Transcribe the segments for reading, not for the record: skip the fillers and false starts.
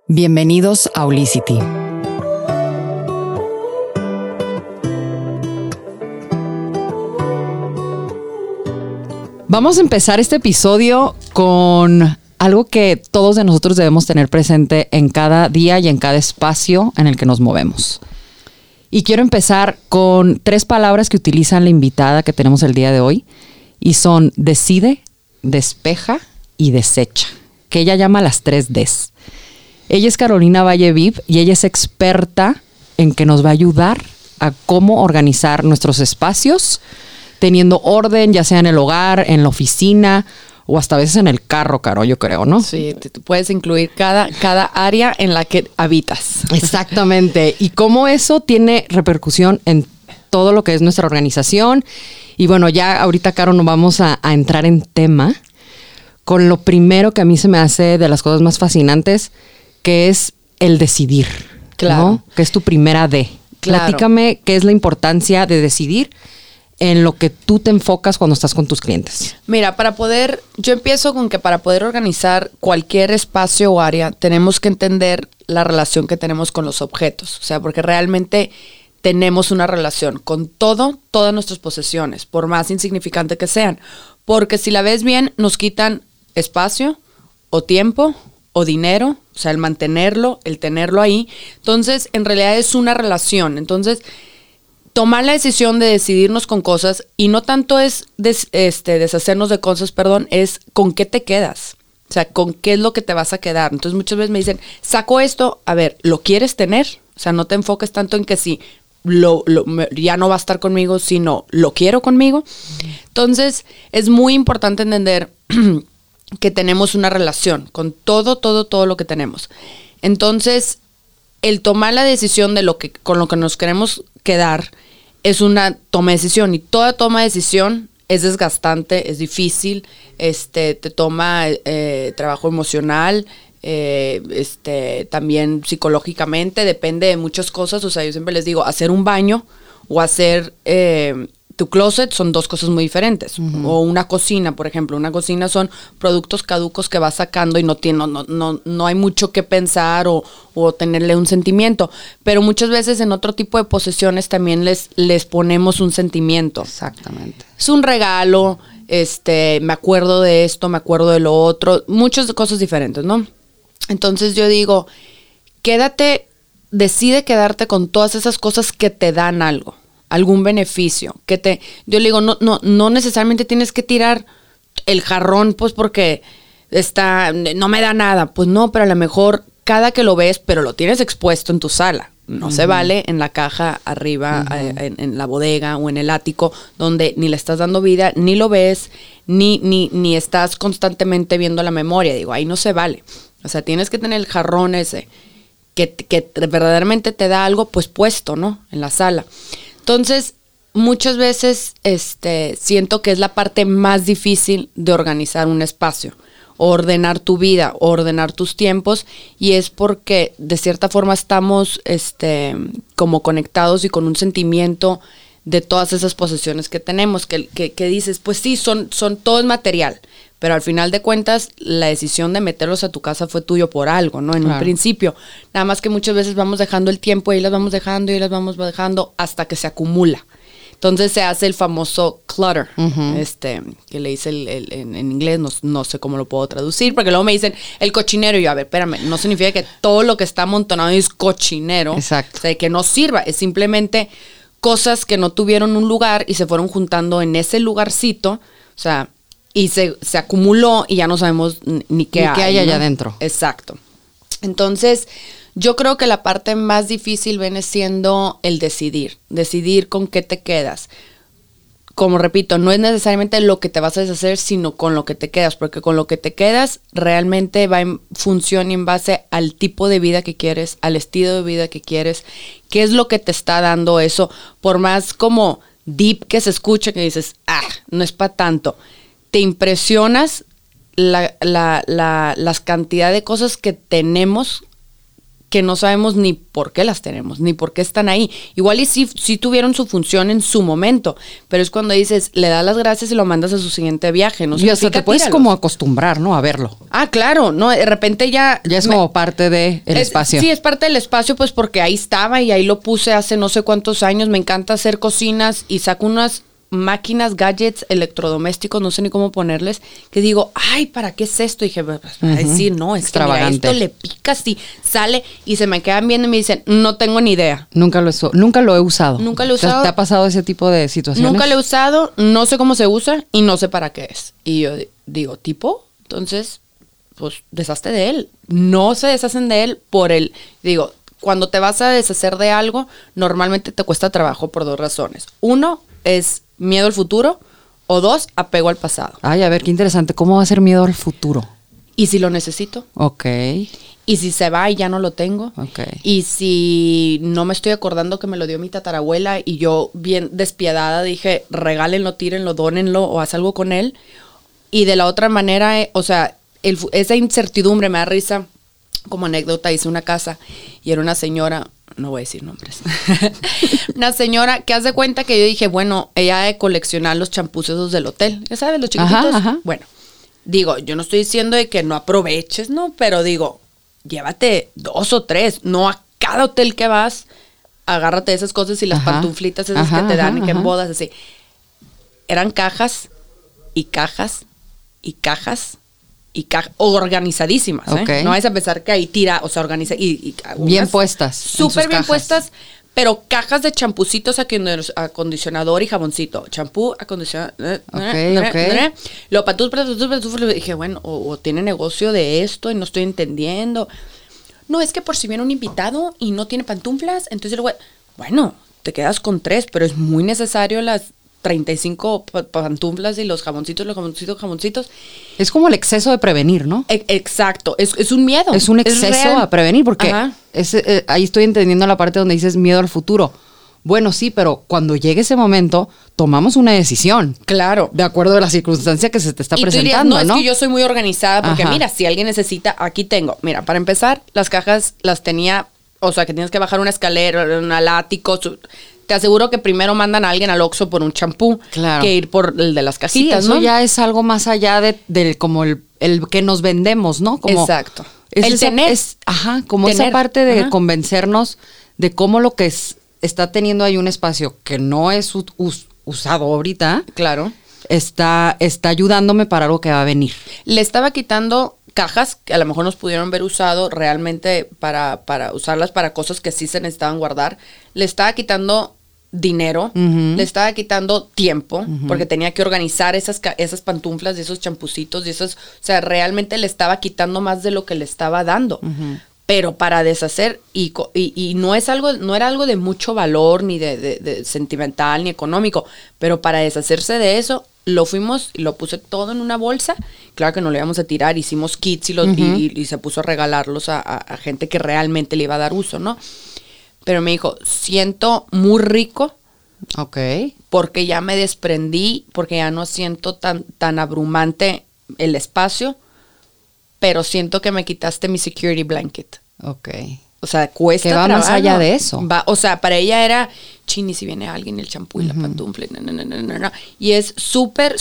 Bienvenidos a Holicity. Vamos a empezar este episodio con algo que todos de nosotros debemos tener presente en cada día y en cada espacio en el que nos movemos. Y quiero empezar con 3 palabras que utilizan la invitada que tenemos el día de hoy y son decide, despeja y desecha, que ella llama las 3 Ds. Ella es Carolina Valle Viv y ella es experta en que nos va a ayudar a cómo organizar nuestros espacios, teniendo orden, ya sea en el hogar, en la oficina o hasta a veces en el carro, Caro, yo creo, ¿no? Sí, tú puedes incluir cada área en la que habitas. Exactamente. Y cómo eso tiene repercusión en todo lo que es nuestra organización. Y bueno, ya ahorita, Caro, nos vamos a entrar en tema con lo primero que a mí se me hace de las cosas más fascinantes, que es el decidir. Claro. ¿No? Que es tu primera D. Claro. Platícame qué es la importancia de decidir en lo que tú te enfocas cuando estás con tus clientes. Mira, yo empiezo con que para poder organizar cualquier espacio o área, tenemos que entender la relación que tenemos con los objetos. O sea, porque realmente tenemos una relación con todas nuestras posesiones, por más insignificante que sean. Porque si la ves bien, nos quitan espacio o tiempo o dinero, o sea, el mantenerlo, el tenerlo ahí. Entonces, en realidad es una relación. Entonces, tomar la decisión de decidirnos con cosas, y no tanto es deshacernos de cosas, es con qué te quedas. O sea, con qué es lo que te vas a quedar. Entonces, muchas veces me dicen, saco esto, a ver, ¿lo quieres tener? O sea, no te enfoques tanto en que si ya no va a estar conmigo, sino lo quiero conmigo. Entonces, es muy importante entender que tenemos una relación con todo lo que tenemos. Entonces, el tomar la decisión de con lo que nos queremos quedar es una toma de decisión, y toda toma de decisión es desgastante, es difícil, te toma trabajo emocional, también psicológicamente, depende de muchas cosas. O sea, yo siempre les digo, hacer un baño o hacer tu closet son 2 cosas muy diferentes. Uh-huh. O una cocina, por ejemplo. Una cocina son productos caducos que vas sacando y no hay mucho que pensar o tenerle un sentimiento. Pero muchas veces en otro tipo de posesiones también les ponemos un sentimiento. Exactamente. Es un regalo, me acuerdo de esto, me acuerdo de lo otro. Muchas cosas diferentes, ¿no? Entonces yo digo, decide quedarte con todas esas cosas que te dan algo. Algún beneficio, yo le digo, no necesariamente tienes que tirar el jarrón, pues porque no me da nada. Pues no, pero a lo mejor cada que lo ves, pero lo tienes expuesto en tu sala. No uh-huh. Se vale en la caja arriba, uh-huh. en la bodega o en el ático, donde ni le estás dando vida, ni lo ves, ni estás constantemente viendo la memoria. Digo, ahí no se vale. O sea, tienes que tener el jarrón ese que verdaderamente te da algo, pues puesto, ¿no? En la sala. Entonces, muchas veces siento que es la parte más difícil de organizar un espacio, ordenar tu vida, ordenar tus tiempos, y es porque de cierta forma estamos como conectados y con un sentimiento de todas esas posesiones que tenemos, que dices, pues sí, son todo es material, pero al final de cuentas la decisión de meterlos a tu casa fue tuyo por algo, ¿no? En un principio. Nada más que muchas veces vamos dejando el tiempo y las vamos dejando hasta que se acumula. Entonces se hace el famoso clutter, uh-huh. Que le dice en inglés, no sé cómo lo puedo traducir, porque luego me dicen el cochinero, y yo, a ver, espérame, no significa que todo lo que está amontonado es cochinero. Exacto. O sea, que no sirva, es simplemente cosas que no tuvieron un lugar y se fueron juntando en ese lugarcito, o sea, y se acumuló y ya no sabemos ni qué hay allá adentro. Exacto. Entonces, yo creo que la parte más difícil viene siendo el decidir con qué te quedas. Como repito, no es necesariamente lo que te vas a deshacer, sino con lo que te quedas, porque con lo que te quedas realmente va en función y en base al tipo de vida que quieres, al estilo de vida que quieres, qué es lo que te está dando eso, por más como deep que se escuche, que dices, no es para tanto. Te impresionas las cantidad de cosas que tenemos que no sabemos ni por qué las tenemos, ni por qué están ahí. Igual y sí tuvieron su función en su momento, pero es cuando dices, le das las gracias y lo mandas a su siguiente viaje. No y hasta te puedes tíralos. como acostumbrar, ¿no? A verlo. Ah, claro, no, de repente ya es como parte del espacio. Sí, es parte del espacio, pues porque ahí estaba y ahí lo puse hace no sé cuántos años. Me encanta hacer cocinas y saco unas máquinas, gadgets, electrodomésticos, no sé ni cómo ponerles, que digo, ay, ¿para qué es esto? Y dije, pues, para decir, no, es que mira, esto le picas y sale, y se me quedan viendo y me dicen, no tengo ni idea. Nunca lo he usado. Nunca lo he usado. ¿Te ha pasado ese tipo de situaciones? Nunca lo he usado, no sé cómo se usa y no sé para qué es. Y yo digo, ¿tipo? Entonces, pues, deshazte de él. No se deshacen de él digo, cuando te vas a deshacer de algo, normalmente te cuesta trabajo por 2 razones. 1 es miedo al futuro, o 2, apego al pasado. Ay, a ver, qué interesante. ¿Cómo va a ser miedo al futuro? ¿Y si lo necesito? Ok. ¿Y si se va y ya no lo tengo? Ok. ¿Y si no me estoy acordando que me lo dio mi tatarabuela y yo bien despiadada dije, regálenlo, tírenlo, dónenlo o haz algo con él? Y de la otra manera, o sea, esa incertidumbre me da risa. Como anécdota, hice una casa y era una señora, no voy a decir nombres, una señora que hace cuenta que yo dije, bueno, ella de coleccionar los champús esos del hotel, ya sabes, los chiquititos. Ajá, ajá. Bueno, digo, yo no estoy diciendo de que no aproveches, ¿no? Pero digo, llévate 2 o 3, no a cada hotel que vas, agárrate esas cosas y las pantuflitas esas que te dan y que en bodas, así. Eran cajas y cajas y cajas y organizadísimas, ¿eh? Okay. No es a pensar que ahí tira, o sea, organiza y bien puestas. Súper bien puestas, pero cajas de champucitos, acondicionador y jaboncito. Champú, acondicionador. Ok. Lo pantuflas, dije, bueno, o tiene negocio de esto y no estoy entendiendo. No, es que por si viene un invitado y no tiene pantuflas, entonces bueno, te quedas con 3, pero es muy necesario las 35 pantuflas y los jaboncitos. Es como el exceso de prevenir, ¿no? Exacto, es un miedo. Es un exceso a prevenir, porque ahí estoy entendiendo la parte donde dices miedo al futuro. Bueno, sí, pero cuando llegue ese momento, tomamos una decisión. Claro. De acuerdo a la circunstancia que se te está presentando, dirías, no, es que yo soy muy organizada, porque mira, si alguien necesita, aquí tengo. Mira, para empezar, las cajas las tenía, o sea, que tienes que bajar una escalera, un ático. Te aseguro que primero mandan a alguien al Oxxo por un champú, claro, que ir por el de las cajitas, sí, eso ¿no? ya es algo más allá de como el que nos vendemos, ¿no? Como exacto. Como esa parte de convencernos de cómo lo que está teniendo ahí un espacio que no es usado ahorita. Claro. Está ayudándome para algo que va a venir. Le estaba quitando cajas que a lo mejor nos pudieron haber usado realmente para usarlas para cosas que sí se necesitaban guardar. Le estaba quitando dinero, le estaba quitando tiempo, porque tenía que organizar esas pantuflas y esos champucitos y esos, o sea, realmente le estaba quitando más de lo que le estaba dando. Pero para deshacer, y no era algo de mucho valor, ni de sentimental, ni económico, pero para deshacerse de eso, lo fuimos y lo puse todo en una bolsa. Claro que no lo íbamos a tirar, hicimos kits y se puso a regalarlos a gente que realmente le iba a dar uso, ¿no? Pero me dijo, siento muy rico. Ok. Porque ya me desprendí, porque ya no siento tan abrumante el espacio, pero siento que me quitaste mi security blanket. Ok. O sea, cuesta que va trabajo. más allá de eso. O sea, para ella era, chini, si viene alguien, el champú y la pantufla, no. Y es súper,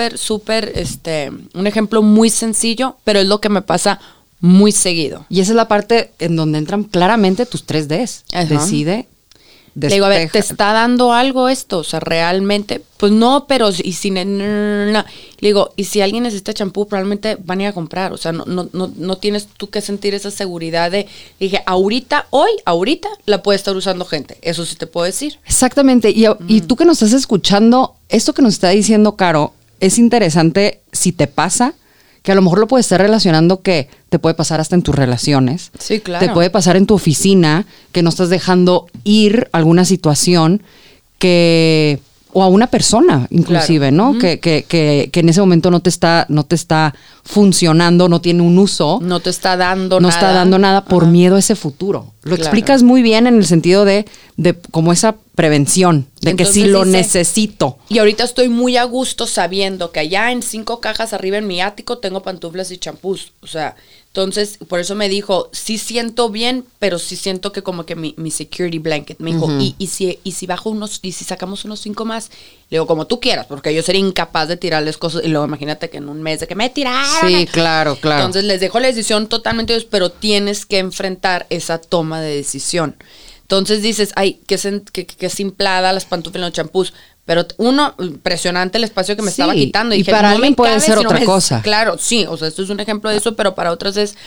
un ejemplo muy sencillo, pero es lo que me pasa muy seguido. Y esa es la parte en donde entran claramente tus 3Ds. Decide. Le digo, a ver, ¿te está dando algo esto? O sea, realmente, pues no, pero y si le digo, y si alguien necesita champú, probablemente van a ir a comprar. O sea, no tienes tú que sentir esa seguridad de, dije, ahorita la puede estar usando gente. Eso sí te puedo decir. Exactamente. Y tú que nos estás escuchando, esto que nos está diciendo Caro, es interesante si te pasa, que a lo mejor lo puedes estar relacionando, que te puede pasar hasta en tus relaciones. Sí, claro. Te puede pasar en tu oficina, que no estás dejando ir alguna situación o a una persona, inclusive, claro, ¿no? Que en ese momento no te está funcionando, no tiene un uso. No te está dando nada. No está dando nada por miedo a ese futuro. Lo explicas muy bien en el sentido de como esa prevención, De que Entonces sí lo dice, necesito. y ahorita estoy muy a gusto sabiendo que allá en 5 cajas arriba en mi ático tengo pantuflas y champús. O sea, entonces, por eso me dijo, sí siento bien, pero sí siento que como que mi security blanket. Me dijo, y si bajo unos, y si sacamos unos 5 más, le digo, como tú quieras, porque yo sería incapaz de tirarles cosas. Y luego imagínate que en un mes de que me tiraron. Sí, claro. Entonces les dejo la decisión totalmente, pero tienes que enfrentar esa toma de decisión. Entonces dices, ay, que simplada las pantuflas y los champús. Pero uno, impresionante el espacio que me estaba quitando. Y dije, para no alguien me puede cabe ser si no otra me- cosa. Claro, sí, o sea, esto es un ejemplo de eso, pero para otras es,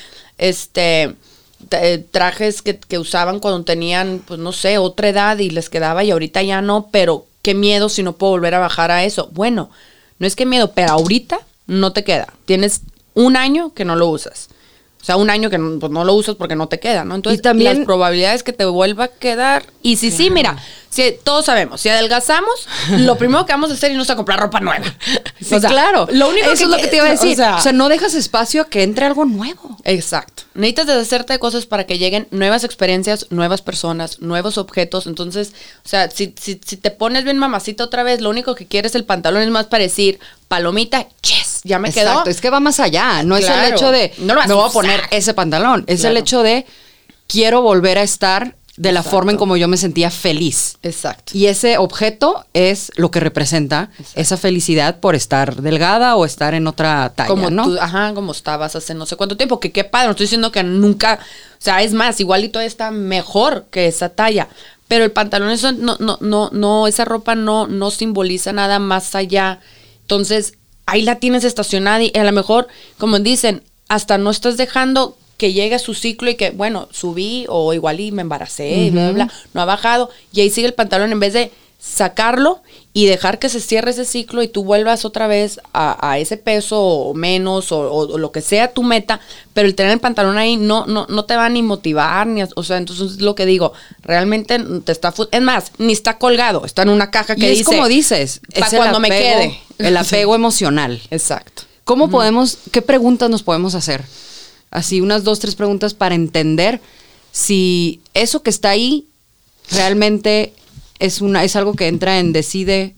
trajes que usaban cuando tenían, pues no sé, otra edad y les quedaba y ahorita ya no, pero qué miedo si no puedo volver a bajar a eso. Bueno, no es que miedo, pero ahorita no te queda. Tienes 1 año que no lo usas. O sea, 1 año que pues, no lo usas porque no te queda, ¿no? Entonces, Y también, las probabilidades que te vuelva a quedar. Y si sí, mira, si todos sabemos, si adelgazamos, lo primero que vamos a hacer es irnos a comprar ropa nueva. Sí, O sea, claro. Lo único Eso es lo que te iba a decir. O sea, no dejas espacio a que entre algo nuevo. exacto. Necesitas deshacerte de cosas para que lleguen nuevas experiencias, nuevas personas, nuevos objetos. Entonces, o sea, si te pones bien mamacita otra vez, lo único que quieres el pantalón es más para decir, palomita, yes, ya me quedó. Exacto, es que va más allá. No es el Claro. hecho de, No lo vas me a voy a usar. poner ese pantalón. Es Claro. el hecho de, quiero volver a estar de la Exacto. forma en como yo me sentía feliz. Exacto. Y ese objeto es lo que representa esa felicidad por estar delgada o estar en otra talla, Como ¿no? tú, como estabas hace no sé cuánto tiempo, que qué padre, no estoy diciendo que nunca, o sea, es más, igualito está mejor que esa talla, pero el pantalón, eso no, esa ropa no simboliza nada más allá, entonces, ahí la tienes estacionada y a lo mejor, como dicen, hasta no estás dejando que llegue a su ciclo y que, bueno, subí o igual y me embaracé y bla, bla, bla, no ha bajado y ahí sigue el pantalón en vez de sacarlo y dejar que se cierre ese ciclo y tú vuelvas otra vez a ese peso o menos o lo que sea tu meta, pero el tener el pantalón ahí no te va a ni motivar, o sea, entonces es lo que digo, realmente te está, es más, ni está colgado, está en una caja que y dice. es como dices, pa' es el cuando me apego- quede. El apego emocional. Exacto. ¿Cómo podemos, qué preguntas nos podemos hacer? Así unas 2, 3 preguntas para entender si eso que está ahí realmente es algo que entra en decide.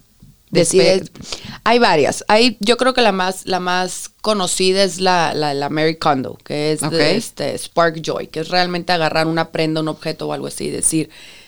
Hay varias. Yo creo que la más conocida es la Mary Kondo, que es de Spark Joy, que es realmente agarrar una prenda, un objeto o algo así y decir,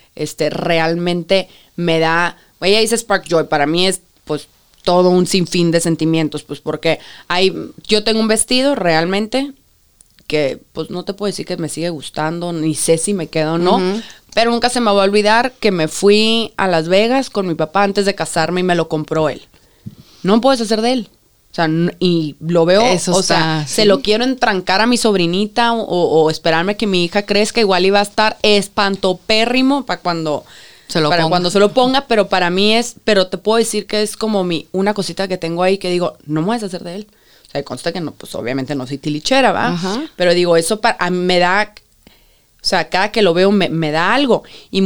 realmente me da, ella dice Spark Joy, para mí es pues todo un sinfín de sentimientos, pues porque yo tengo un vestido realmente que pues no te puedo decir que me sigue gustando, ni sé si me quedo o no, pero nunca se me va a olvidar que me fui a Las Vegas con mi papá antes de casarme y me lo compró él. No me puedo deshacer de él. O sea, y lo veo, Eso sea, ¿sí? se lo quiero entrancar a mi sobrinita o esperarme que mi hija crezca, igual iba a estar espantopérrimo para cuando se lo ponga, pero para mí pero te puedo decir que es como una cosita que tengo ahí que digo, no me voy a deshacer de él. O sea, consta que no, pues obviamente no soy tilichera, ¿va? Ajá. Pero digo, eso a mí me da, o sea, cada que lo veo me da algo.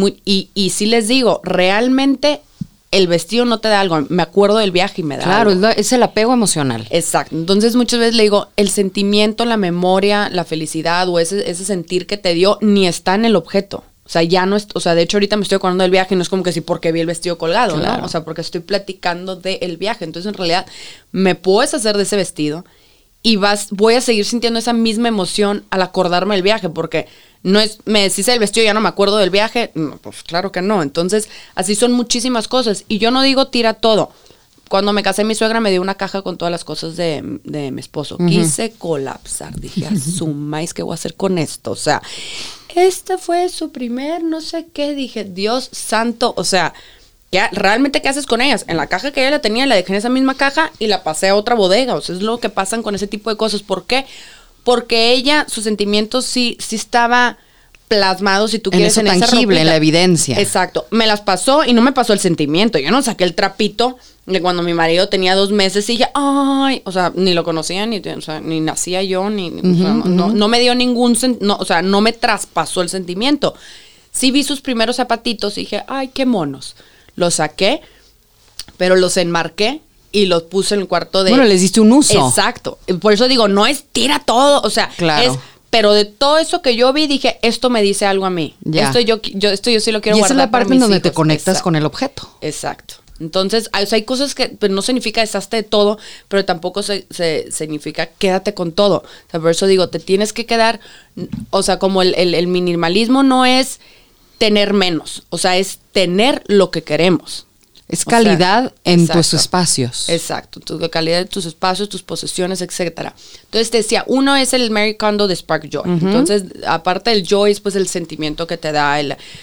Y sí les digo, realmente el vestido no te da algo. Me acuerdo del viaje y me da Claro, algo. es el apego emocional. Exacto. Entonces muchas veces le digo, el sentimiento, la memoria, la felicidad o ese sentir que te dio ni está en el objeto. O sea, ya no es, o sea, de hecho ahorita me estoy acordando del viaje y no es como que sí porque vi el vestido colgado, Claro. ¿no? O sea, porque estoy platicando del viaje. Entonces, en realidad, me puedo deshacer de ese vestido y voy a seguir sintiendo esa misma emoción al acordarme del viaje, porque no es, me decís el vestido y ya no me acuerdo del viaje. No, pues claro que no. Entonces, así son muchísimas cosas. Y yo no digo tira todo. Cuando me casé, mi suegra me dio una caja con todas las cosas de mi esposo. Quise colapsar. Dije, asumáis, ¿qué voy a hacer con esto? O sea, este fue su primer no sé qué. Dije, Dios santo. O sea, ¿realmente qué haces con ellas? En la caja que ella la tenía, la dejé en esa misma caja y la pasé a otra bodega. O sea, es lo que pasan con ese tipo de cosas. ¿Por qué? Porque ella, sus sentimientos sí estaba plasmado, si tú quieres, en eso en esa tangible, ropita. en la evidencia. Exacto. Me las pasó y no me pasó el sentimiento. Yo no saqué el trapito de cuando mi marido tenía 2 meses y dije, ay, o sea, ni lo conocía, ni nacía yo, ni o sea, no me dio ningún, o sea, no me traspasó el sentimiento. Sí vi sus primeros zapatitos y dije, ay, qué monos. Los saqué, pero los enmarqué y los puse en el cuarto de... Bueno, les diste un uso. Exacto. Por eso digo, no es tira todo, o sea, Claro. es Pero de todo eso que yo vi, dije, esto me dice algo a mí. Ya. Esto yo sí lo quiero guardar. Y esa es la parte en donde te hijos. conectas Exacto. con el objeto. Exacto. Entonces, o sea, hay cosas que pues, no significa deshazte de todo, pero tampoco se significa quédate con todo. O sea, por eso digo, te tienes que quedar, o sea, como el minimalismo no es tener menos, o sea, es tener lo que queremos. Es calidad en tus exacto. espacios. Exacto, tu calidad de tus espacios, tus posesiones, etcétera. Entonces te decía, uno es el Marie Kondo de Spark Joy. Entonces, aparte del joy, es pues el sentimiento que te da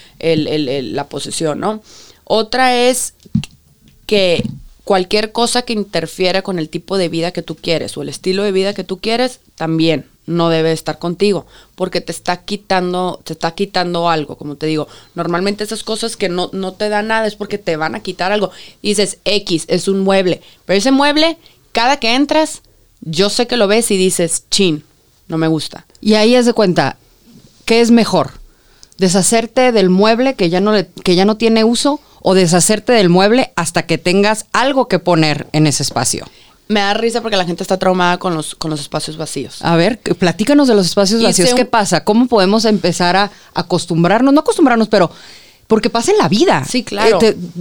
la posesión, ¿no? Otra es que cualquier cosa que interfiera con el tipo de vida que tú quieres o el estilo de vida que tú quieres, también no debe estar contigo, porque te está quitando algo, como te digo. Normalmente esas cosas que no te dan nada es porque te van a quitar algo. Y dices, X, es un mueble. Pero ese mueble, cada que entras, yo sé que lo ves y dices, chin, no me gusta. Y ahí haz de cuenta, ¿qué es mejor? ¿Deshacerte del mueble que ya no tiene uso o deshacerte del mueble hasta que tengas algo que poner en ese espacio? Me da risa porque la gente está traumada con los espacios vacíos. A ver, platícanos de los espacios vacíos. ¿Qué pasa? ¿Cómo podemos empezar a acostumbrarnos? No acostumbrarnos, pero porque pasa en la vida. Sí, claro.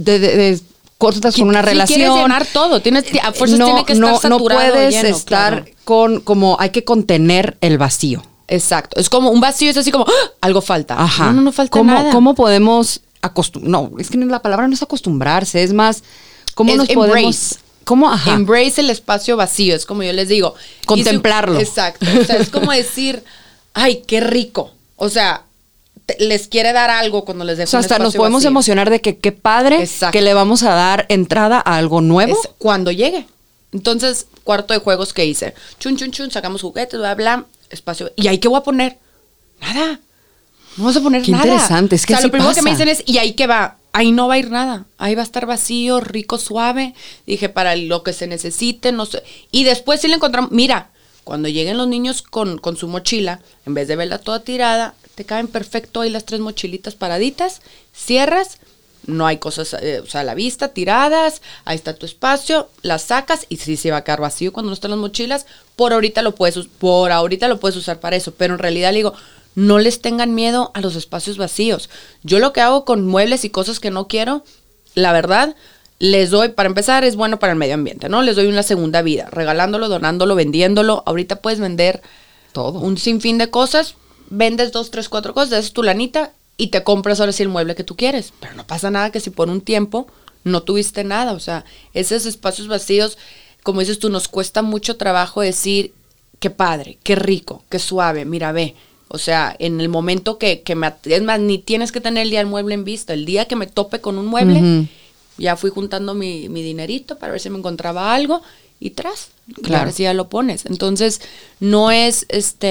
Cortas con una relación. Quieres llenar todo. A fuerzas tiene que estar saturado. No puedes lleno, estar claro. como hay que contener el vacío. Exacto. Es como un vacío, es así como, ¡ah! Algo falta. Ajá. No falta nada. ¿Cómo podemos acostumbrarnos? No, es que la palabra no es acostumbrarse, es más, ¿cómo nos embrace. podemos... ¿Cómo? Ajá. Embrace el espacio vacío, es como yo les digo. Contemplarlo. Exacto. O sea, es como decir, ay, qué rico. O sea, les quiere dar algo cuando les dejo. O sea, hasta nos podemos vacío. emocionar de que qué padre. Exacto. Que le vamos a dar entrada a algo nuevo. Es cuando llegue. Entonces, cuarto de juegos que hice. Chun, sacamos juguetes, bla, bla, espacio. ¿Y ahí qué voy a poner? Nada. No vas a poner qué nada. Interesante, es que o sea, así lo primero pasa. que me dicen es, ¿y ahí qué va? Ahí no va a ir nada. Ahí va a estar vacío, rico, suave. Dije, para lo que se necesite, no sé. Y después sí le encontramos, mira, cuando lleguen los niños con su mochila, en vez de verla toda tirada, te caben perfecto ahí las 3 mochilitas paraditas, cierras, no hay cosas, o sea, a la vista, tiradas, ahí está tu espacio, las sacas y sí se va a quedar vacío cuando no están las mochilas. Por ahorita lo puedes usar para eso, pero en realidad le digo, no les tengan miedo a los espacios vacíos. Yo lo que hago con muebles y cosas que no quiero, la verdad, les doy, para empezar, es bueno para el medio ambiente, ¿no? Les doy una segunda vida, regalándolo, donándolo, vendiéndolo. Ahorita puedes vender todo. Un sinfín de cosas, vendes 2, 3, 4 cosas, haces tu lanita y te compras ahora sí el mueble que tú quieres. Pero no pasa nada que si por un tiempo no tuviste nada. O sea, esos espacios vacíos, como dices tú, nos cuesta mucho trabajo decir, qué padre, qué rico, qué suave, mira, ve. O sea, en el momento es más, ni tienes que tener el día del mueble en vista. El día que me tope con un mueble, ya fui juntando mi dinerito para ver si me encontraba algo y tras. Claro. Y ahora sí ya lo pones. Entonces, no es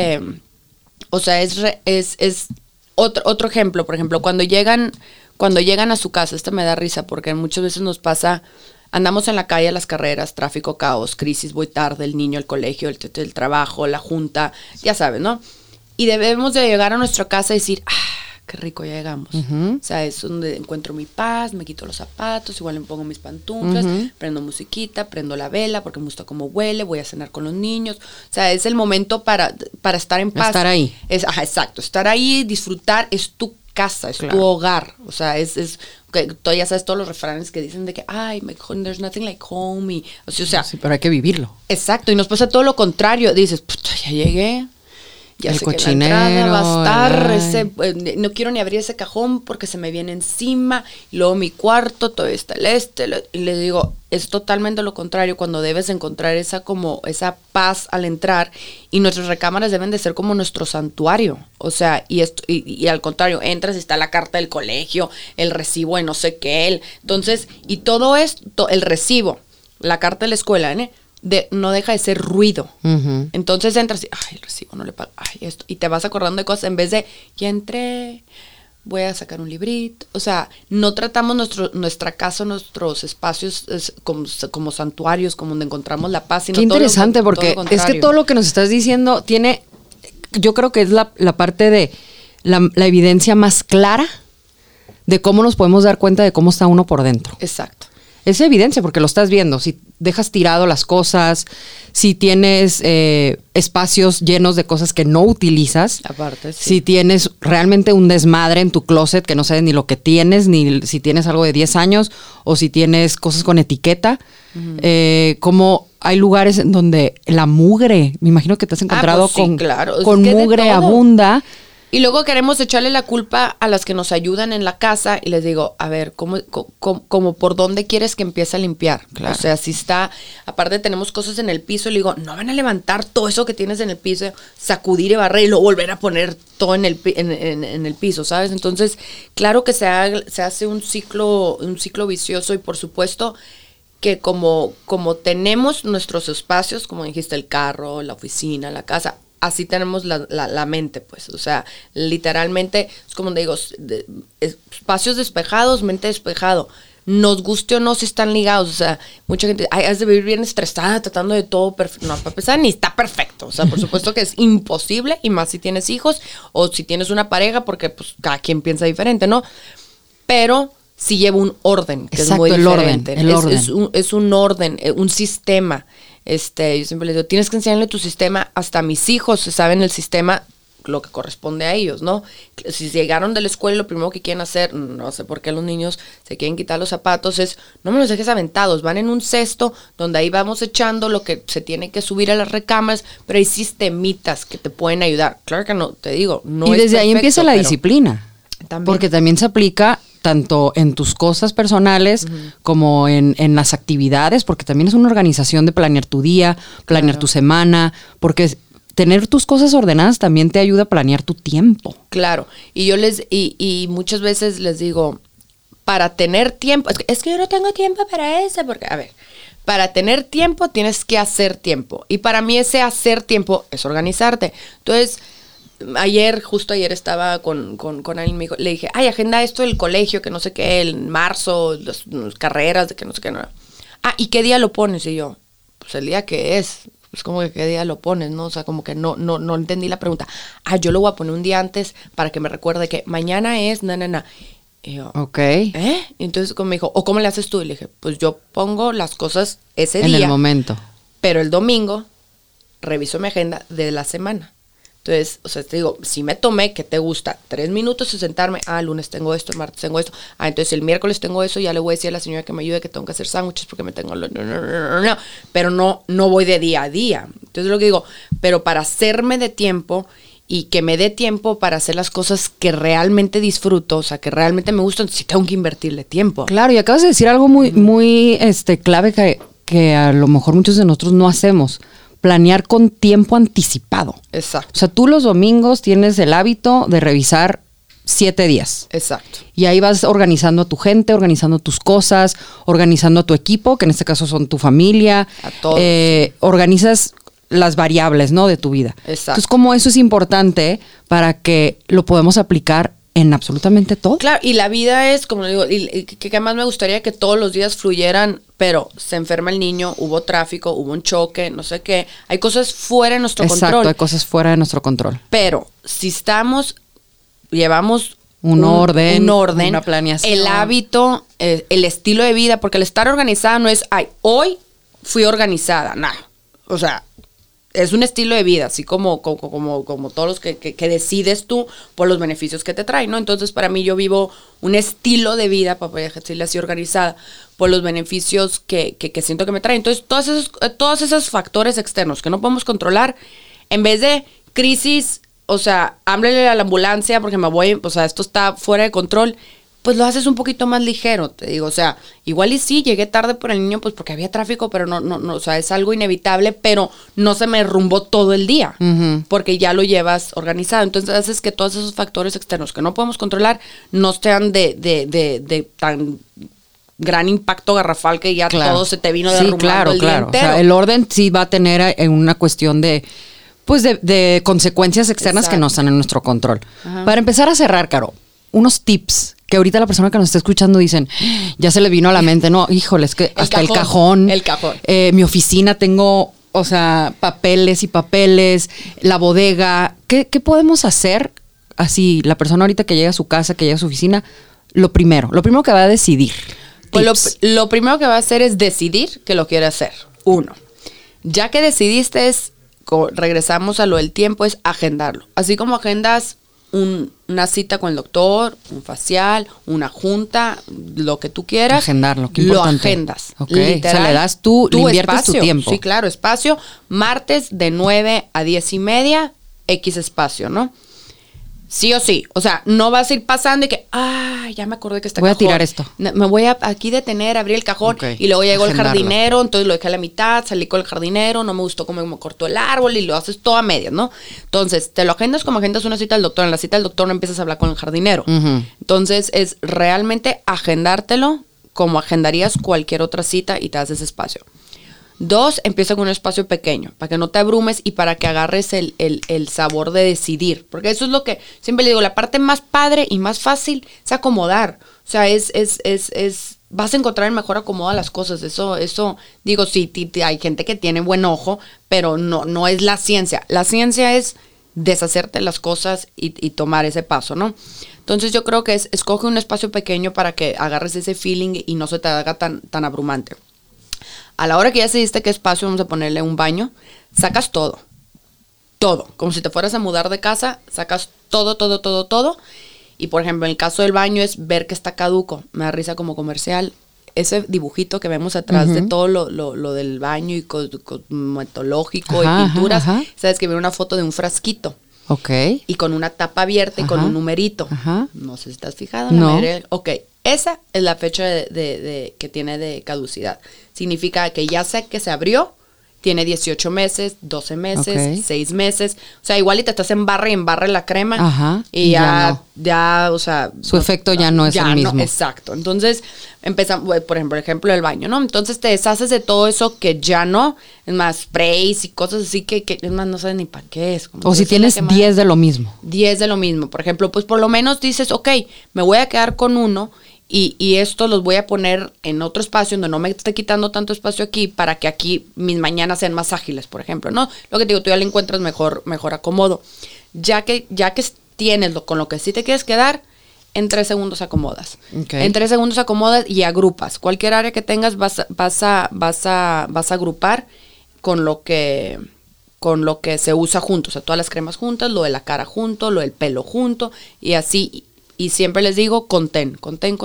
o sea, es otro ejemplo. Por ejemplo, cuando llegan a su casa, me da risa porque muchas veces nos pasa, andamos en la calle, las carreras, tráfico, caos, crisis, voy tarde, el niño, el colegio, el trabajo, la junta, ya sabes, ¿no? Y debemos de llegar a nuestra casa y decir, qué rico, ya llegamos. O sea, es donde encuentro mi paz, me quito los zapatos, igual me pongo mis pantuflas, prendo musiquita, prendo la vela porque me gusta cómo huele, voy a cenar con los niños. O sea, es el momento para estar en paz. Estar ahí. Exacto, estar ahí, disfrutar, es tu casa, es tu hogar. O sea, que tú ya sabes todos los refranes que dicen de que, there's nothing like home. O sea, sí, pero hay que vivirlo. Exacto, y nos pasa todo lo contrario. Dices, puta, ya llegué. Ya el sé cochinero, que la entrada va a estar, no quiero ni abrir ese cajón porque se me viene encima, y luego mi cuarto, todo está y les digo, es totalmente lo contrario, cuando debes encontrar esa paz al entrar, y nuestras recámaras deben de ser como nuestro santuario, o sea, y al contrario, entras y está la carta del colegio, el recibo de no sé qué, entonces, y todo esto, el recibo, la carta de la escuela, no deja de ser ruido. Entonces entras y, el recibo no le pago, esto, y te vas acordando de cosas en vez de, ya entré, voy a sacar un librito. O sea, no tratamos nuestra casa, nuestros espacios como santuarios, como donde encontramos la paz. Sino qué interesante, porque es que todo lo que nos estás diciendo tiene, yo creo que es la parte de la evidencia más clara de cómo nos podemos dar cuenta de cómo está uno por dentro. Exacto. es evidencia porque lo estás viendo. Si dejas tirado las cosas, si tienes espacios llenos de cosas que no utilizas, Aparte, sí. si tienes realmente un desmadre en tu closet que no sabes ni lo que tienes, ni si tienes algo de 10 años o si tienes cosas con etiqueta, como hay lugares en donde la mugre, me imagino que te has encontrado pues sí, claro. con Es que de mugre todo. abunda. Y luego queremos echarle la culpa a las que nos ayudan en la casa y les digo, a ver, ¿cómo por dónde quieres que empiece a limpiar? Claro. O sea, si está, aparte tenemos cosas en el piso, y le digo, no van a levantar todo eso que tienes en el piso, sacudir y barrer y luego volver a poner todo en el piso, ¿sabes? Entonces, claro que se hace un ciclo vicioso y por supuesto que como tenemos nuestros espacios, como dijiste, el carro, la oficina, la casa, así tenemos la mente, pues. O sea, literalmente, es como digo, espacios despejados, mente despejado. Nos guste o no, si están ligados. O sea, mucha gente, has de vivir bien estresada, tratando de todo perfecto. No, para empezar, ni está perfecto. O sea, por supuesto que es imposible, y más si tienes hijos o si tienes una pareja, porque pues cada quien piensa diferente, ¿no? Pero sí lleva un orden, que Exacto, es muy diferente. El orden. Es un orden, un sistema. Yo siempre les digo, tienes que enseñarle tu sistema, hasta mis hijos saben el sistema, lo que corresponde a ellos, ¿no? Si llegaron de la escuela y lo primero que quieren hacer, no sé por qué los niños se quieren quitar los zapatos, es, no me los dejes aventados, van en un cesto donde ahí vamos echando lo que se tiene que subir a las recámaras, pero hay sistemitas que te pueden ayudar. Claro que no, te digo, no y es desde ahí perfecto, empieza la pero disciplina. también. Porque también se aplica tanto en tus cosas personales como en las actividades, porque también es una organización de planear tu día, planear tu semana, porque tener tus cosas ordenadas también te ayuda a planear tu tiempo. Claro, y yo y muchas veces les digo, para tener tiempo, es que yo no tengo tiempo para eso, porque, a ver, para tener tiempo tienes que hacer tiempo, y para mí ese hacer tiempo es organizarte. Entonces, justo ayer estaba con alguien, me dijo, le dije, ay, agenda esto del colegio, que no sé qué, en marzo, las carreras, de que no sé qué, no. Ah, ¿y qué día lo pones? Y yo, pues el día que es. Es como que qué día lo pones, ¿no? O sea, como que no entendí la pregunta. Ah, yo lo voy a poner un día antes para que me recuerde que mañana es, Y yo, Ok. Entonces como me dijo, ¿o cómo le haces tú? Y le dije, pues yo pongo las cosas ese día. En el momento. Pero el domingo reviso mi agenda de la semana. Entonces, o sea, te digo, si me tomé, ¿qué te gusta? 3 minutos de sentarme, lunes tengo esto, martes tengo esto, entonces el miércoles tengo eso, ya le voy a decir a la señora que me ayude, que tengo que hacer sándwiches porque me tengo... No, pero no voy de día a día. Entonces lo que digo, pero para hacerme de tiempo y que me dé tiempo para hacer las cosas que realmente disfruto, o sea, que realmente me gustan, sí tengo que invertirle tiempo. Claro, y acabas de decir algo muy clave que a lo mejor muchos de nosotros no hacemos. Planear con tiempo anticipado. Exacto. O sea, tú los domingos tienes el hábito de revisar 7 días. Exacto. Y ahí vas organizando a tu gente, organizando tus cosas, organizando a tu equipo, que en este caso son tu familia. A todos. Organizas las variables, ¿no? De tu vida. Exacto. Entonces, como eso es importante para que lo podamos aplicar en absolutamente todo. Claro, y la vida es, como digo, y que más me gustaría que todos los días fluyeran, pero se enferma el niño, hubo tráfico, hubo un choque, no sé qué. Hay cosas fuera de nuestro control. Exacto, hay cosas fuera de nuestro control. Pero si llevamos un orden, una planeación, el hábito, el estilo de vida, porque el estar organizada no es, hoy fui organizada, nada. O sea, es un estilo de vida, así como todos los que decides tú por los beneficios que te traen, ¿no? Entonces, para mí, yo vivo un estilo de vida, para poder decirle así, organizada, por los beneficios que siento que me traen. Entonces, todos esos factores externos que no podemos controlar, en vez de crisis, o sea, háblele a la ambulancia porque me voy, o sea, esto está fuera de control, pues lo haces un poquito más ligero, te digo, o sea, igual y sí, llegué tarde por el niño, pues porque había tráfico, pero no, o sea, es algo inevitable, pero no se me derrumbó todo el día, porque ya lo llevas organizado. Entonces haces que todos esos factores externos que no podemos controlar no sean de tan gran impacto garrafal que ya todo se te vino derrumbando el día entero. O sea, el orden sí va a tener una cuestión de consecuencias externas que no están en nuestro control. Ajá. Para empezar a cerrar, Caro, unos tips que ahorita la persona que nos está escuchando dicen, ya se le vino a la mente, no, híjole, es que hasta el cajón. Mi oficina tengo, o sea, papeles y papeles, la bodega. ¿Qué podemos hacer así, la persona ahorita que llega a su casa, que llega a su oficina? Lo primero que va a decidir. Pues tips. lo primero que va a hacer es decidir que lo quiere hacer. 1. Ya que decidiste, regresamos a lo del tiempo, es agendarlo. Así como agendas una cita con el doctor, un facial, una junta, lo que tú quieras. Agendarlo, qué lo importante. agendas. Ok, Literal, o sea, le das le inviertes espacio. tu tiempo. Sí, claro, espacio. Martes de 9 a 10:30, X espacio, ¿no? Sí o sí. O sea, no vas a ir pasando y que, ya me acordé que está Voy a cajón. tirar esto. Me voy a aquí detener, abrir el cajón. Ok, Y luego llegó el agendarlo. jardinero, entonces lo dejé a la mitad, salí con el jardinero, no me gustó cómo me cortó el árbol y lo haces todo a medias, ¿no? Entonces, te lo agendas como agendas una cita al doctor. En la cita del doctor no empiezas a hablar con el jardinero. Ujú. Entonces, es realmente agendártelo como agendarías cualquier otra cita y te das ese espacio. 2, empieza con un espacio pequeño, para que no te abrumes y para que agarres el sabor de decidir. Porque eso es lo que siempre le digo, la parte más padre y más fácil es acomodar. O sea, vas a encontrar el mejor acomodo a las cosas. Eso, digo, sí, hay gente que tiene buen ojo, pero no es la ciencia. La ciencia es deshacerte las cosas y tomar ese paso, ¿no? Entonces yo creo que escoge un espacio pequeño para que agarres ese feeling y no se te haga tan abrumante. A la hora que ya se diste qué espacio, vamos a ponerle un baño, sacas todo, como si te fueras a mudar de casa, sacas todo. Y por ejemplo, en el caso del baño es ver que está caduco, me da risa como comercial, ese dibujito que vemos atrás de todo lo del baño y cosmetológico y pinturas, ajá. sabes que viene una foto de un frasquito. Ok. Y con una tapa abierta y con un numerito. Ajá. No sé si estás fijado. No. Ok, esa es la fecha que tiene de caducidad. Significa que ya sé que se abrió, tiene 18 meses, 12 meses, Ok. 6 meses. O sea, igual y te estás embarre la crema. Ajá, Y ya ya, o sea. Su efecto ya no es el mismo. Exacto. Entonces, empezamos, por ejemplo, el ejemplo del baño, ¿no? Entonces te deshaces de todo eso que ya no, es más, sprays y cosas así que es más, no sabes ni para qué es. O si tienes 10 de lo mismo. 10 de lo mismo. Por ejemplo, pues por lo menos dices, ok, me voy a quedar con uno y esto los voy a poner en otro espacio donde no me esté quitando tanto espacio aquí para que aquí mis mañanas sean más ágiles, por ejemplo, ¿no? Lo que te digo, tú ya le encuentras mejor acomodo. Ya que tienes con lo que sí te quieres quedar, en 3 segundos acomodas. Okay. En 3 segundos acomodas y agrupas. Cualquier área que tengas vas a agrupar con lo que se usa junto. O sea, todas las cremas juntas, lo de la cara junto, lo del pelo junto y así. Y siempre les digo, contén.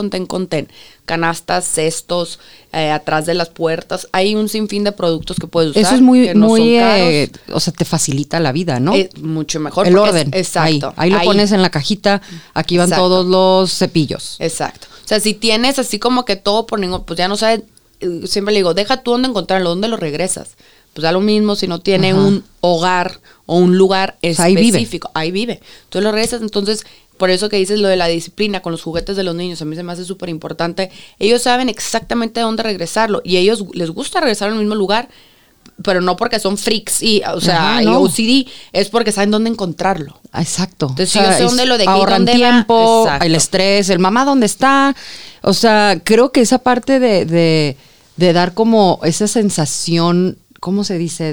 Canastas, cestos, atrás de las puertas. Hay un sinfín de productos que puedes usar. Eso es muy, que no muy son caros. o sea, te facilita la vida, ¿no? Mucho mejor. El orden. Exacto. Ahí lo pones en la cajita, aquí van Exacto. todos los cepillos. Exacto. O sea, si tienes así como que todo por ningún, pues ya no sabes, siempre le digo, deja tú dónde encontrarlo, dónde lo regresas. Pues da lo mismo si no tiene un hogar o un lugar específico. Ahí vive. Tú lo regresas, entonces, por eso que dices lo de la disciplina con los juguetes de los niños, a mí se me hace súper importante. Ellos saben exactamente dónde regresarlo y a ellos les gusta regresar al mismo lugar, pero no porque son freaks y, o sea, no. OCD, es porque saben dónde encontrarlo. Exacto. Entonces, si yo sé dónde lo dejé y ahorran dónde va. tiempo, Exacto. el estrés, el mamá dónde está. O sea, creo que esa parte de dar como esa sensación, ¿cómo se dice?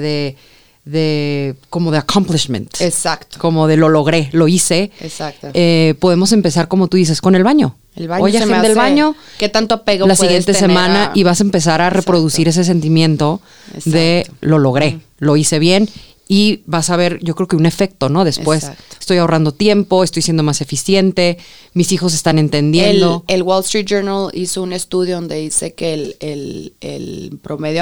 Como de accomplishment. Exacto. Como de lo logré, lo hice. Exacto. Podemos empezar, como tú dices, con el baño. El baño Oye, se me agenda el hace- baño. ¿Qué tanto apego La puedes siguiente tener semana y vas a empezar a reproducir ese sentimiento de Exacto. lo logré, lo hice bien y vas a ver, yo creo que un efecto, ¿no? Después Exacto. estoy ahorrando tiempo, estoy siendo más eficiente, mis hijos están entendiendo. El Wall Street Journal hizo un estudio donde dice que el promedio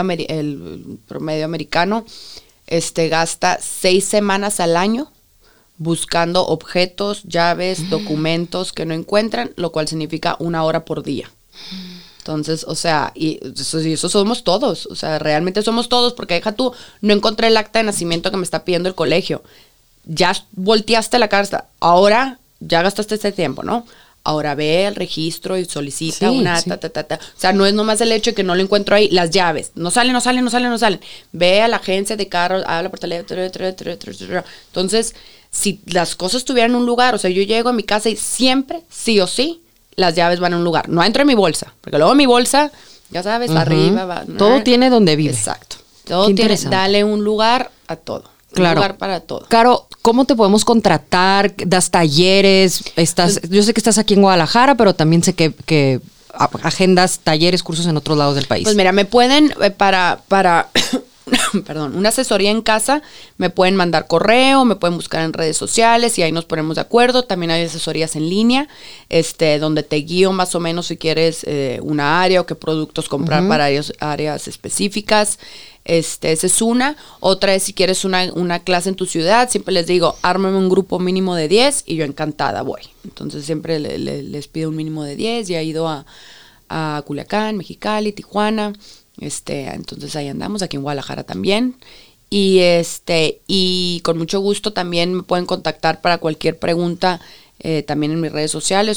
americano gasta 6 semanas al año buscando objetos, llaves, documentos que no encuentran, lo cual significa 1 hora por día. Entonces, o sea, y eso somos todos, o sea, realmente somos todos, porque deja tú, no encontré el acta de nacimiento que me está pidiendo el colegio. Ya volteaste la carta, ahora ya gastaste este tiempo, ¿no? Ahora ve al registro y solicita Sí, una sí. O sea, no es nomás el hecho de que no lo encuentro ahí, las llaves. No salen. Ve a la agencia de carros, habla por teléfono. Entonces, si las cosas estuvieran en un lugar, o sea, yo llego a mi casa y siempre, sí o sí, las llaves van a un lugar. No entro en mi bolsa, porque luego mi bolsa, ya sabes, arriba va. Todo tiene donde vive. Exacto. Todo Qué tiene, interesante. dale un lugar a todo. Claro. Un lugar para todo. Caro, ¿cómo te podemos contratar? ¿Das talleres? Yo sé que estás aquí en Guadalajara, pero también sé que agendas talleres, cursos en otros lados del país? Pues mira, me pueden para perdón, una asesoría en casa, me pueden mandar correo, me pueden buscar en redes sociales y ahí nos ponemos de acuerdo. También hay asesorías en línea, donde te guío más o menos si quieres una área o qué productos comprar para áreas específicas. Esa es una. Otra es si quieres una clase en tu ciudad, siempre les digo, ármame un grupo mínimo de 10 y yo encantada voy. Entonces siempre les pido un mínimo de 10. Ya he ido a Culiacán, Mexicali, Tijuana. Entonces ahí andamos, aquí en Guadalajara también. Y con mucho gusto también me pueden contactar para cualquier pregunta, también en mis redes sociales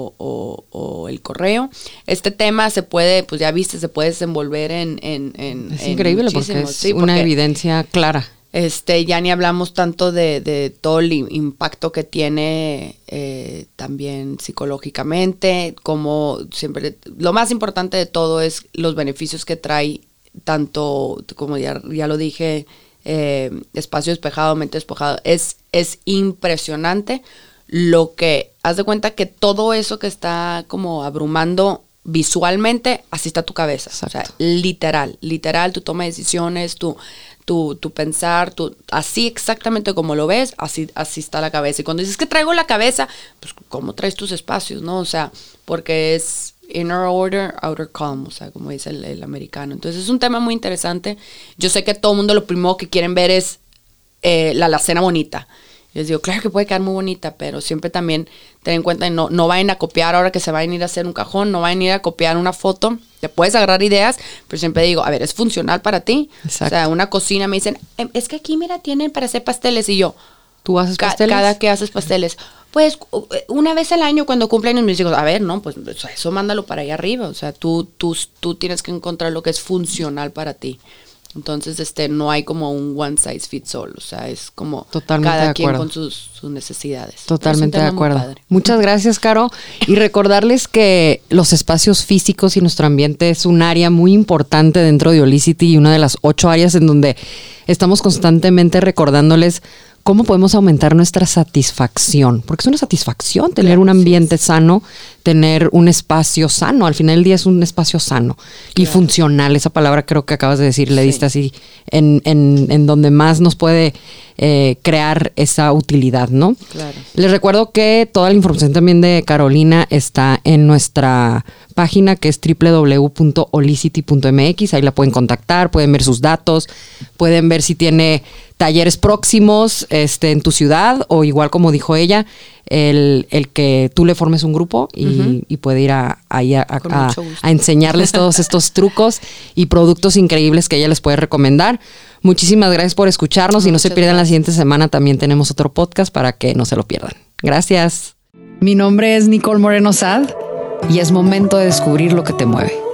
o el correo. Este tema se puede, pues ya viste, se puede desenvolver es increíble porque es una evidencia clara. Ya ni hablamos tanto de todo el impacto que tiene también psicológicamente, como siempre, lo más importante de todo es los beneficios que trae, tanto, como ya lo dije, espacio despejado, mente despejado. Es impresionante lo que, haz de cuenta que todo eso que está como abrumando visualmente, así está tu cabeza. Exacto. O sea, literal, tu toma de decisiones, tu pensar, así exactamente como lo ves, así está la cabeza. Y cuando dices que traigo la cabeza, pues ¿cómo traes tus espacios, no? O sea, porque es inner order, outer calm, o sea, como dice el americano. Entonces es un tema muy interesante. Yo sé que todo el mundo lo primero que quieren ver es la alacena bonita. Les digo, claro que puede quedar muy bonita, pero siempre también ten en cuenta, no vayan a copiar ahora que se vayan a ir a hacer un cajón, no vayan a ir a copiar una foto. Te puedes agarrar ideas, pero siempre digo, a ver, ¿es funcional para ti? Exacto. O sea, una cocina me dicen, es que aquí, mira, tienen para hacer pasteles. Y yo, ¿tú haces pasteles? Cada que haces pasteles. Pues, una vez al año cuando cumplen mis hijos, a ver, no, pues eso mándalo para allá arriba. O sea, tú tienes que encontrar lo que es funcional para ti. Entonces, no hay como un one size fits all, o sea, es como totalmente cada quien con sus necesidades. Totalmente de acuerdo. Muchas gracias, Caro. Y recordarles que los espacios físicos y nuestro ambiente es un área muy importante dentro de Holicity y una de las 8 áreas en donde estamos constantemente recordándoles cómo podemos aumentar nuestra satisfacción, porque es una satisfacción tener un ambiente sano, tener un espacio sano. Al final del día es un espacio sano y funcional. Esa palabra creo que acabas de decir, le diste así en donde más nos puede crear esa utilidad, ¿no? Claro. Les recuerdo que toda la información también de Carolina está en nuestra página, que es www.holicity.mx. Ahí la pueden contactar, pueden ver sus datos, pueden ver si tiene talleres próximos en tu ciudad, o igual como dijo ella, el que tú le formes un grupo y puede ir ahí a enseñarles todos estos trucos y productos increíbles que ella les puede recomendar. Muchísimas gracias por escucharnos y no se pierdan la siguiente semana. También tenemos otro podcast para que no se lo pierdan. Gracias. Mi nombre es Nicole Moreno Sad y es momento de descubrir lo que te mueve.